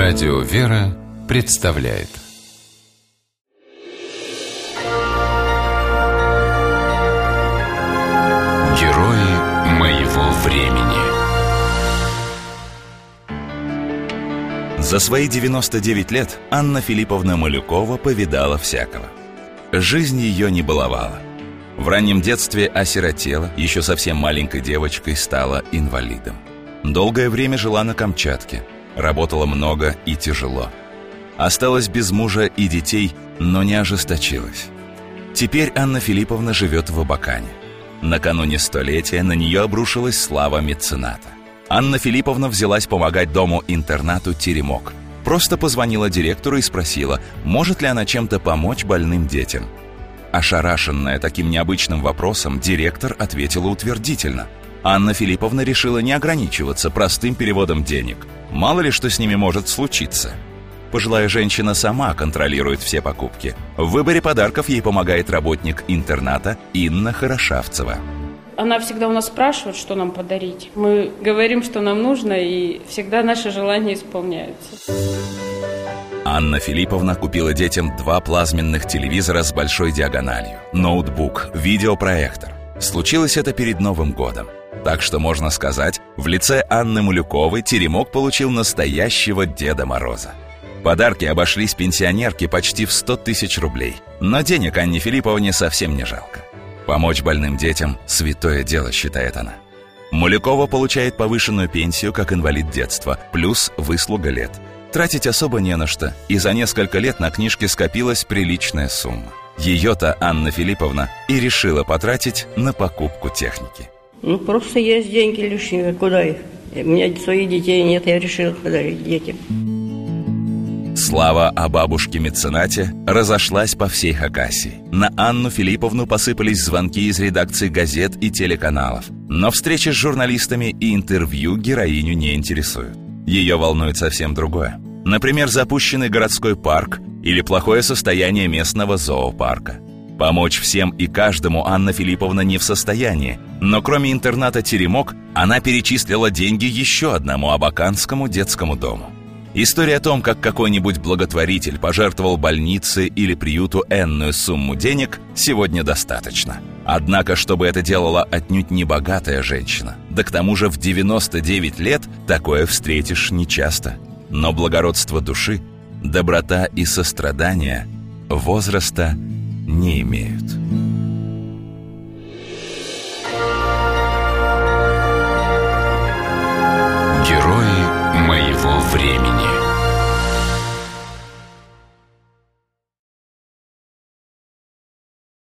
Радио «Вера» представляет Герои моего времени. За свои 99 лет Анна Филипповна Малюкова повидала всякого. Жизнь ее не баловала. В раннем детстве осиротела, еще совсем маленькой девочкой стала инвалидом. Долгое время жила на Камчатке, работала много и тяжело. Осталась без мужа и детей, но не ожесточилась. Теперь Анна Филипповна живет в Абакане. Накануне 100-летия на нее обрушилась слава мецената. Анна Филипповна взялась помогать дому-интернату «Теремок». Просто позвонила директору и спросила, может ли она чем-то помочь больным детям. Ошарашенная таким необычным вопросом, директор ответила утвердительно. Анна Филипповна решила не ограничиваться простым переводом денег. Мало ли что с ними может случиться. Пожилая женщина сама контролирует все покупки. В выборе подарков ей помогает работник интерната Инна Хорошавцева. Она всегда у нас спрашивает, что нам подарить. Мы говорим, что нам нужно, и всегда наши желания исполняются. Анна Филипповна купила детям 2 плазменных телевизора с большой диагональю, ноутбук, видеопроектор. Случилось это перед Новым годом. Так что, можно сказать, в лице Анны Малюковой «Теремок» получил настоящего Деда Мороза. Подарки обошлись пенсионерке почти в 100 тысяч рублей. Но денег Анне Филипповне совсем не жалко. Помочь больным детям – святое дело, считает она. Малюкова получает повышенную пенсию как инвалид детства, плюс выслуга лет. Тратить особо не на что, и за несколько лет на книжке скопилась приличная сумма. Ее-то Анна Филипповна и решила потратить на покупку техники. Просто есть деньги лишние, куда их? У меня своих детей нет, я решила подарить детям. Слава о бабушке-меценате разошлась по всей Хакасии. На Анну Филипповну посыпались звонки из редакций газет и телеканалов. Но встречи с журналистами и интервью героиню не интересуют. Ее волнует совсем другое. Например, запущенный городской парк или плохое состояние местного зоопарка. Помочь всем и каждому Анна Филипповна не в состоянии. Но кроме интерната «Теремок», она перечислила деньги еще одному абаканскому детскому дому. История о том, как какой-нибудь благотворитель пожертвовал больнице или приюту энную сумму денег, сегодня достаточно. Однако, чтобы это делала отнюдь не богатая женщина, да к тому же в 99 лет такое встретишь нечасто. Но благородство души, доброта и сострадание возраста не имеют.